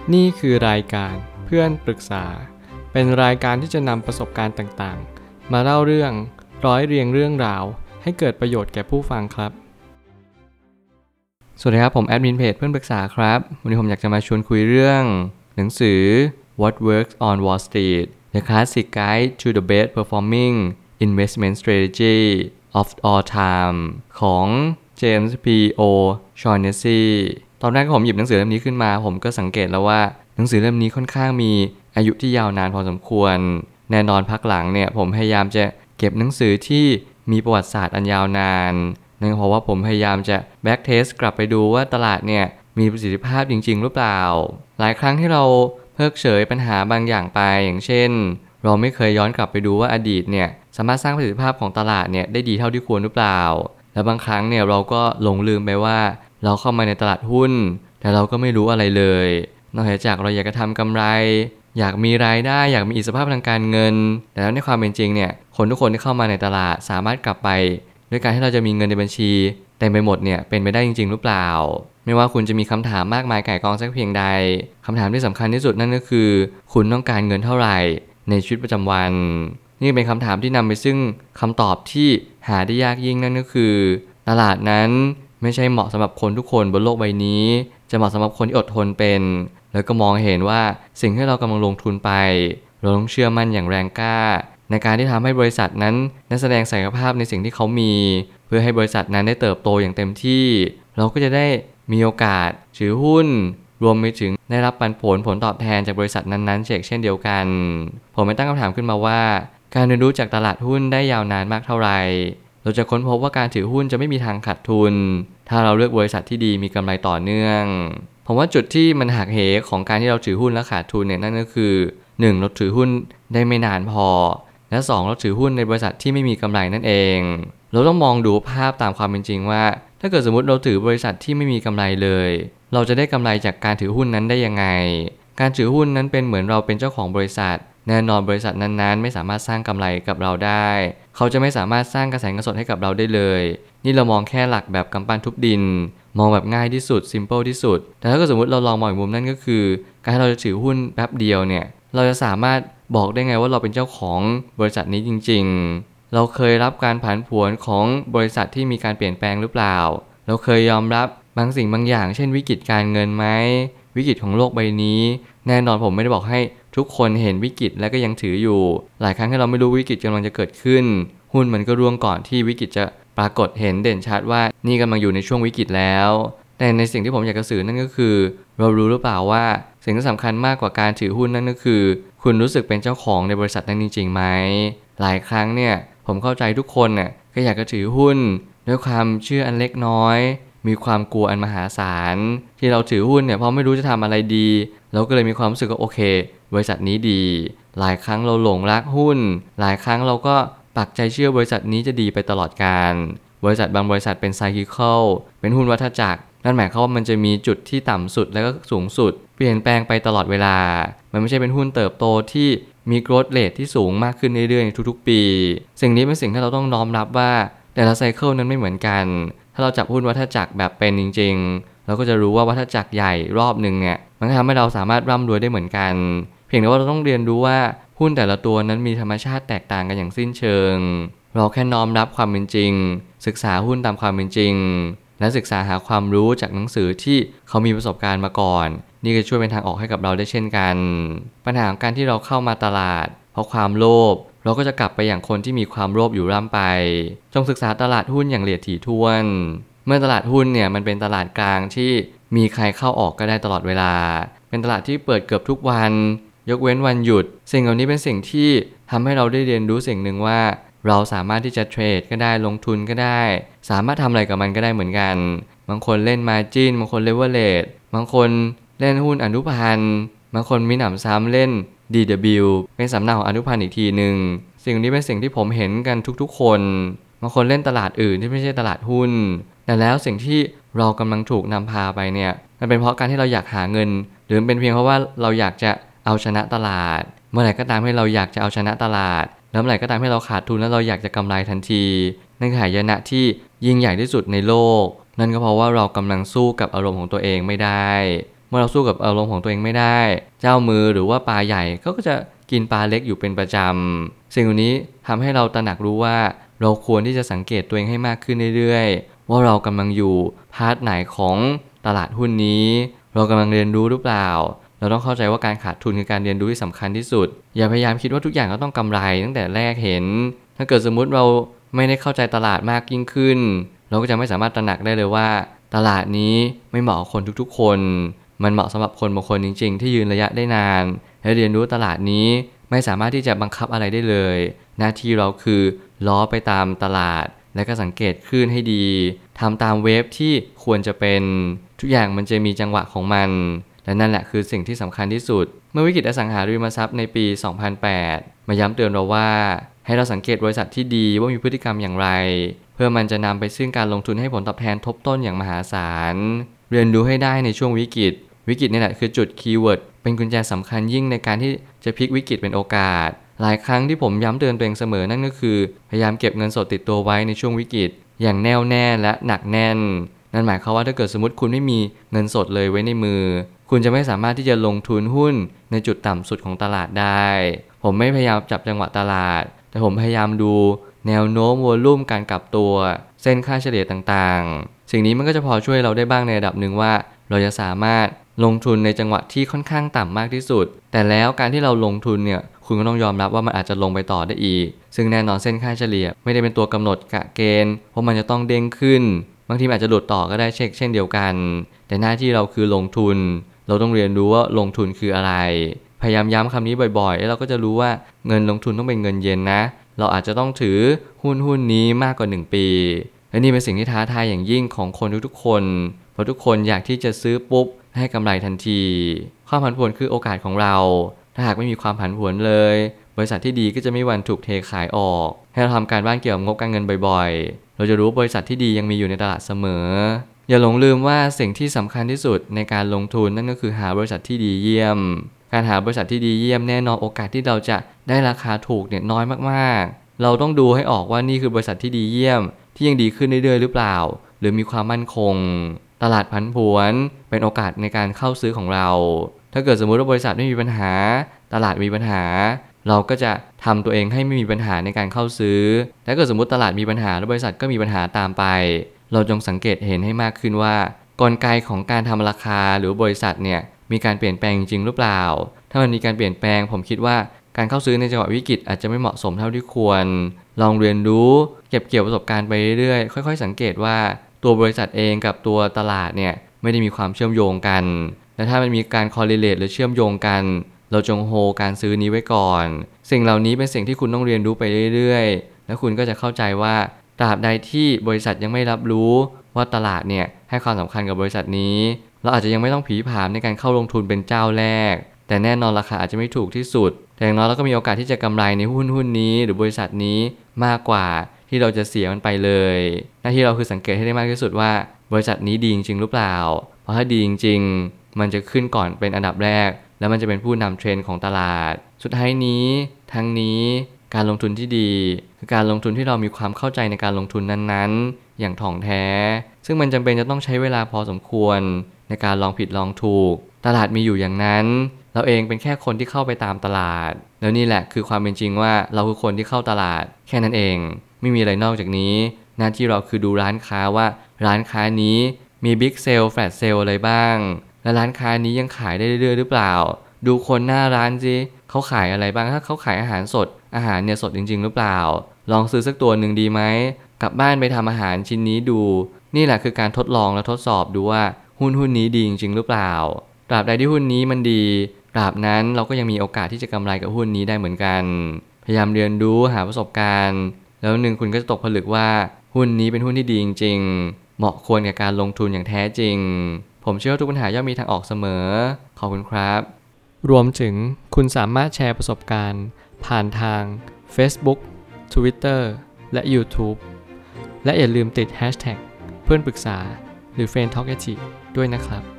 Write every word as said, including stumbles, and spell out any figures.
นี่คือรายการเพื่อนปรึกษาเป็นรายการที่จะนำประสบการณ์ต่างๆมาเล่าเรื่องร้อยเรียงเรื่องราวให้เกิดประโยชน์แก่ผู้ฟังครับสวัสดีครับผมแอดมินเพจเพื่อนปรึกษาครับวันนี้ผมอยากจะมาชวนคุยเรื่องหนังสือ What Works on Wall Street The Classic Guide to the Best Performing Investment Strategy of All Time ของเจมส์ พี โอ ชอ เนสซีตอนแรกผมหยิบหนังสือเล่มนี้ขึ้นมาผมก็สังเกตแล้วว่าหนังสือเล่มนี้ค่อนข้างมีอายุที่ยาวนานพอสมควรแน่นอนพักหลังเนี่ยผมพยายามจะเก็บหนังสือที่มีประวัติศาสตร์อันยาวนานนั่นเพราะว่าผมพยายามจะแบ็กเทสกลับไปดูว่าตลาดเนี่ยมีประสิทธิภาพจริงๆหรือเปล่าหลายครั้งที่เราเพิกเฉยปัญหาบางอย่างไปอย่างเช่นเราไม่เคยย้อนกลับไปดูว่าอดีตเนี่ยสามารถสร้างประสิทธิภาพของตลาดเนี่ยได้ดีเท่าที่ควรหรือเปล่าและบางครั้งเนี่ยเราก็หลงลืมไปว่าเราเข้ามาในตลาดหุ้นแต่เราก็ไม่รู้อะไรเลยนอกจากเราอยากจะทำกำไรอยากมีรายได้อยากมีอิสรภาพทางการเงินแต่แล้วในความเป็นจริงเนี่ยคนทุกคนที่เข้ามาในตลาดสามารถกลับไปด้วยการที่เราจะมีเงินในบัญชีเต็มไปหมดเนี่ยเป็นไปได้จริงๆหรือเปล่าไม่ว่าคุณจะมีคำถามมากมายก่ายกองสักเพียงใดคำถามที่สำคัญที่สุดนั่นก็คือคุณต้องการเงินเท่าไหร่ในชีวิตประจำวันนี่เป็นคำถามที่นำไปซึ่งคำตอบที่หาได้ยากยิ่งนั่นก็คือตลาดนั้นไม่ใช่เหมาะสำหรับคนทุกคนบนโลกใบนี้จะเหมาะสำหรับคนที่อดทนเป็นแล้วก็มองเห็นว่าสิ่งที่เรากำลังลงทุนไปเราต้องเชื่อมั่นอย่างแรงกล้าในการที่ทำให้บริษัทนั้นได้แสดงศักยภาพในสิ่งที่เขามีเพื่อให้บริษัทนั้นได้เติบโตอย่างเต็มที่เราก็จะได้มีโอกาสถือหุ้นรวมไปถึงได้รับปันผลผลตอบแทนจากบริษัทนั้นๆเช่นเดียวกันผมไม่ตั้งคำถามขึ้นมาว่าการเรียนรู้จากตลาดหุ้นได้ยาวนานมากเท่าไหร่เราจะค้นพบว่าการถือหุ้นจะไม่มีทางขาดทุนถ้าเราเลือกบริษัทที่ดีมีกำไรต่อเนื่องผมว่าจุดที่มันหักเหของการที่เราถือหุ้นและขาดทุนเนี่ยนั่นก็คือหนึ่งเราถือหุ้นได้ไม่นานพอและสองเราถือหุ้นในบริษัทที่ไม่มีกำไรนั่นเองเราต้องมองดูภาพตามความเป็นจริงว่าถ้าเกิดสมมติเราถือบริษัทที่ไม่มีกำไรเลยเราจะได้กำไรจากการถือหุ้นนั้นได้ยังไงการถือหุ้นนั้นเป็นเหมือนเราเป็นเจ้าของบริษัทแน่นอนบริษัทนั้นๆไม่สามารถสร้างกำไรกับเราได้เขาจะไม่สามารถสร้างกระแสเงินสดให้กับเราได้เลยนี่เรามองแค่หลักแบบกำปั้นทุบดินมองแบบง่ายที่สุด simple ที่สุดแต่ถ้าเกิดสมมติเราลองมองอีกมุมนั่นก็คือการที่เราจะถือหุ้นแป๊บเดียวเนี่ยเราจะสามารถบอกได้ไงว่าเราเป็นเจ้าของบริษัทนี้จริงๆเราเคยรับการผันผวนของบริษัทที่มีการเปลี่ยนแปลงหรือเปล่าเราเคยยอมรับบางสิ่งบางอย่างเช่นวิกฤตการเงินไหมวิกฤตของโลกใบนี้แน่นอนผมไม่ได้บอกให้ทุกคนเห็นวิกฤตและก็ยังถืออยู่หลายครั้งที่เราไม่รู้วิกฤตกำลังจะเกิดขึ้นหุ้นมันก็ร่วงก่อนที่วิกฤตจะปรากฏเห็นเด่นชัดว่านี่กำลังอยู่ในช่วงวิกฤตแล้วแต่ในสิ่งที่ผมอยากจะสื่อนั่นก็คือเรารู้หรือเปล่าว่าสิ่งที่สำคัญมากกว่าการถือหุ้นนั่นก็คือคุณรู้สึกเป็นเจ้าของในบริษัทนั้นจริงๆไหมหลายครั้งเนี่ยผมเข้าใจทุกคนน่ะก็อยากจะถือหุ้นด้วยความเชื่ออันเล็กน้อยมีความกลัวอันมหาศาลที่เราถือหุ้นเนี่ยเพราะไม่รู้จะทำอะไรดีเราก็เลยมีความรู้สึกว่าโอเคบริษัทนี้ดีหลายครั้งเราหลงรักหุ้นหลายครั้งเราก็ปักใจเชื่อบริษัทนี้จะดีไปตลอดกาลบริษัทบางบริษัทเป็นไซคิคอลเป็นหุ้นวัฏจักรนั่นหมายความว่ามันจะมีจุดที่ต่ำสุดแล้วก็สูงสุดเปลี่ยนแปลงไปตลอดเวลามันไม่ใช่เป็นหุ้นเติบโตที่มี growth rate ที่สูงมากขึ้นเรื่อยๆในทุกๆปีสิ่งนี้เป็นสิ่งที่เราต้องน้อมรับว่าแต่ละไซเคิลนั้นไม่เหมือนกันถ้าเราจับหุ้นวัฏจักรแบบเป็นจริงๆเราก็จะรู้ว่าวัฏจักรใหญ่รอบนึงเนี่ยมันทำให้เราสามารถร่ำรวยได้เหมือนกันเพียงแต่ว่าเราต้องเรียนรู้ว่าหุ้นแต่ละตัวนั้นมีธรรมชาติแตกต่างกันอย่างสิ้นเชิงเราแค่น้อมรับความเป็นจริงศึกษาหุ้นตามความเป็นจริงและศึกษาหาความรู้จากหนังสือที่เขามีประสบการณ์มาก่อนนี่ก็ช่วยเป็นทางออกให้กับเราได้เช่นกันปัญหาของการที่เราเข้ามาตลาดเพราะความโลภเราก็จะกลับไปอย่างคนที่มีความโลภอยู่ร่ำไปจงศึกษาตลาดหุ้นอย่างละเอียดถี่ถ้วนเมื่อตลาดหุ้นเนี่ยมันเป็นตลาดกลางที่มีใครเข้าออกก็ได้ตลอดเวลาเป็นตลาดที่เปิดเกือบทุกวันยกเว้นวันหยุดสิ่งเหล่านี้เป็นสิ่งที่ทำให้เราได้เรียนรู้สิ่งหนึ่งว่าเราสามารถที่จะเทรดก็ได้ลงทุนก็ได้สามารถทำอะไรกับมันก็ได้เหมือนกันบางคนเล่นมาร์จิ้นบางคนเลเวอเรจบางคนเล่นหุ้นอนุพันธ์บางคนมีหนำซ้ำเล่น ดี ดับเบิลยู เป็นสำเนาของอนุพันธ์อีกทีหนึ่งสิ่งนี้เป็นสิ่งที่ผมเห็นกันทุกๆคนบางคนเล่นตลาดอื่นที่ไม่ใช่ตลาดหุ้นแต่แล้วสิ่งที่เรากำลังถูกนำพาไปเนี่ยมันเป็นเพราะการที่เราอยากหาเงินหรือเป็นเพียงเพราะว่าเราอยากจะเอาชนะตลาดเมื่อไหร่ก็ตามให้เราอยากจะเอาชนะตลาดแล้วเมื่อไหร่ก็ตามให้เราขาดทุนแล้วเราอยากจะกำไรทันทีนั่นคือหายนะที่ยิ่งใหญ่ที่สุดในโลกนั่นก็เพราะว่าเรากำลังสู้กับอารมณ์ของตัวเองไม่ได้เมื่อเราสู้กับอารมณ์ของตัวเองไม่ได้เจ้ามือหรือว่าปลาใหญ่เขาก็จะกินปลาเล็กอยู่เป็นประจำสิ่งเหล่านี้ทำให้เราตระหนักรู้ว่าเราควรที่จะสังเกตตัวเองให้มากขึ้นเรื่อยๆว่าเรากำลังอยู่พาร์ทไหนของตลาดหุ้นนี้เรากำลังเรียนรู้หรือเปล่าเราต้องเข้าใจว่าการขาดทุนคือการเรียนรู้ที่สำคัญที่สุดอย่าพยายามคิดว่าทุกอย่างก็ต้องกำไรตั้งแต่แรกเห็นถ้าเกิดสมมุติเราไม่ได้เข้าใจตลาดมากยิ่งขึ้นเราก็จะไม่สามารถตระหนักได้เลยว่าตลาดนี้ไม่เหมาะกับคนทุกๆคนมันเหมาะสำหรับคนบางคนจริงๆที่ยืนระยะได้นานและเรียนรู้ตลาดนี้ไม่สามารถที่จะบังคับอะไรได้เลยหน้าที่เราคือล้อไปตามตลาดและก็สังเกตคลื่นให้ดีทำตามเวฟที่ควรจะเป็นทุกอย่างมันจะมีจังหวะของมันและนั่นแหละคือสิ่งที่สำคัญที่สุดเมื่อวิกฤตอสังหาริมทรัพย์ในปี สองพันแปด มาย้ำเตือนเราว่าให้เราสังเกตบริษัทที่ดีว่ามีพฤติกรรมอย่างไรเพื่อมันจะนำไปซึ่งการลงทุนให้ผลตอบแทนทบต้นอย่างมหาศาลเรียนรู้ให้ได้ในช่วงวิกฤตวิกฤตนี่แหละคือจุดคีย์เวิร์ดเป็นกุญแจสำคัญยิ่งในการที่จะพลิกวิกฤตเป็นโอกาสหลายครั้งที่ผมย้ำเตือนตัวเองเสมอนั่นก็คือพยายามเก็บเงินสดติดตัวไว้ในช่วงวิกฤตอย่างแน่วแน่และหนักแน่นนั่นหมายความว่าถ้าเกิดสมมติคุณไม่มีเงินสดเลยไว้ในมือคุณจะไม่สามารถที่จะลงทุนหุ้นในจุดต่ำสุดของตลาดได้ผมไม่พยายามจับจังหวะตลาดแต่ผมพยายามดูแนวโน้มวอลลุ่มการกลับตัวเส้นค่าเฉลี่ยต่างๆสิ่งนี้มันก็จะพอช่วยเราได้บ้างในระดับหนึ่งว่าเราจะสามารถลงทุนในจังหวะที่ค่อนข้างต่ำมากที่สุดแต่แล้วการที่เราลงทุนเนี่ยคุณก็ต้องยอมรับว่ามันอาจจะลงไปต่อได้อีกซึ่งแน่นอนเส้นค่าเฉลี่ยไม่ได้เป็นตัวกำหนดกะเกณฑ์เพราะมันจะต้องเด้งขึ้นบางทีอาจจะหลุดต่อก็ได้เช็คเช่นเดียวกันแต่หน้าที่เราคือลงทุนเราต้องเรียนรู้ว่าลงทุนคืออะไรพยายามย้ำคำนี้บ่อยๆแล้วเราก็จะรู้ว่าเงินลงทุนต้องเป็นเงินเย็นนะเราอาจจะต้องถือหุ้นหุ้นนี้มากกว่าหนึ่งปีและนี่เป็นสิ่งที่ท้าทายอย่างยิ่งของคนทุกๆคนเพราะทุกคนอยากที่จะซื้อปุ๊บให้กำไรทันทีความผันผวนคือโอกาสของเราถ้าหากไม่มีความผันผวนเลยบริษัทที่ดีก็จะไม่มีวันถูกเทขายออกให้เราทำการบ้านเกี่ยวกับงบการเงินบ่อยๆเราจะรู้บริษัทที่ดียังมีอยู่ในตลาดเสมออย่าหลงลืมว่าสิ่งที่สำคัญที่สุดในการลงทุนนั่นก็คือหาบริษัทที่ดีเยี่ยมการหาบริษัทที่ดีเยี่ยมแน่นอนโอกาสที่เราจะได้ราคาถูกเนี่ยน้อยมากๆเราต้องดูให้ออกว่านี่คือบริษัทที่ดีเยี่ยมที่ยังดีขึ้นเรื่อยๆหรือเปล่าหรือมีความมั่นคงตลาดผันผวนเป็นโอกาสในการเข้าซื้อของเราถ้าเกิดสมมุติว่าบริษัทไม่มีปัญหาตลาดมีปัญหาเราก็จะทำตัวเองให้ไม่มีปัญหาในการเข้าซื้อถ้าเกิดสมมุติตลาดมีปัญหาแล้วบริษัทก็มีปัญหาตามไปเราจงสังเกตเห็นให้มากขึ้นว่ากลไกของการทำราคาหรือบริษัทเนี่ยมีการเปลี่ยนแปลงจริงหรือเปล่าถ้ามันมีการเปลี่ยนแปลงผมคิดว่าการเข้าซื้อในจังหวะวิกฤตอาจจะไม่เหมาะสมเท่าที่ควรลองเรียนรู้เก็บเกี่ยวประสบการณ์ไปเรื่อยๆค่อยๆสังเกตว่าตัวบริษัทเองกับตัวตลาดเนี่ยไม่ได้มีความเชื่อมโยงกันและถ้ามันมีการ correlate หรือเชื่อมโยงกันเราจงโฮการซื้อนี้ไว้ก่อนสิ่งเหล่านี้เป็นสิ่งที่คุณต้องเรียนรู้ไปเรื่อยๆแล้วคุณก็จะเข้าใจว่าตราบใดที่บริษัทยังไม่รับรู้ว่าตลาดเนี่ยให้ความสำคัญกับบริษัทนี้เราอาจจะยังไม่ต้องผีผามในการเข้าลงทุนเป็นเจ้าแรกแต่แน่นอนราคาอาจจะไม่ถูกที่สุดแต่อย่างน้อยเราก็มีโอกาสที่จะกำไรในหุ้นหุ้นนี้หรือบริษัทนี้มากกว่าที่เราจะเสียมันไปเลยหน้าที่เราคือสังเกตให้ได้มากที่สุดว่าบริษัทนี้ดีจริงหรือเปล่าเพราะถ้าดีจริงๆมันจะขึ้นก่อนเป็นอันดับแรกแล้วมันจะเป็นผู้นำเทรนด์ของตลาดสุดท้ายนี้ทั้งนี้การลงทุนที่ดีคือการลงทุนที่เรามีความเข้าใจในการลงทุนนั้นๆอย่างถ่องแท้ซึ่งมันจำเป็นจะต้องใช้เวลาพอสมควรในการลองผิดลองถูกตลาดมีอยู่อย่างนั้นเราเองเป็นแค่คนที่เข้าไปตามตลาดแล้วนี่แหละคือความเป็นจริงว่าเราคือคนที่เข้าตลาดแค่นั้นเองไม่มีอะไรนอกจากนี้หน้าที่เราคือดูร้านค้าว่าร้านค้านี้มีบิ๊กเซลแฟลชเซลอะไรบ้างและร้านค้านี้ยังขายได้เรื่อยๆหรือเปล่าดูคนหน้าร้านสิเขาขายอะไรบ้างถ้าเขาขายอาหารสดอาหารเนี่ยสดจริงๆหรือเปล่าลองซื้อสักตัวหนึ่งดีไหมกลับบ้านไปทำอาหารชิ้นนี้ดูนี่แหละคือการทดลองและทดสอบดูว่าหุ้นหุ้นนี้ดีจริงๆหรือเปล่าตราบใดที่หุ้นนี้มันดีตราบนั้นเราก็ยังมีโอกาสที่จะกำไรกับหุ้นนี้ได้เหมือนกันพยายามเรียนรู้หาประสบการณ์แล้วหนึ่งคุณก็จะตกผลึกว่าหุ้นนี้เป็นหุ้นที่ดีจริงๆเหมาะควรกับการลงทุนอย่างแท้จริงผมเชื่อว่าทุกปัญหาย่อมมีทางออกเสมอขอบคุณครับรวมถึงคุณสามารถแชร์ประสบการณ์ผ่านทาง Facebook Twitter และ YouTube และอย่าลืมติด แฮชแท็ก เพื่อนปรึกษาหรือ เฟรนด์ ทอล์ก ด้วยนะครับ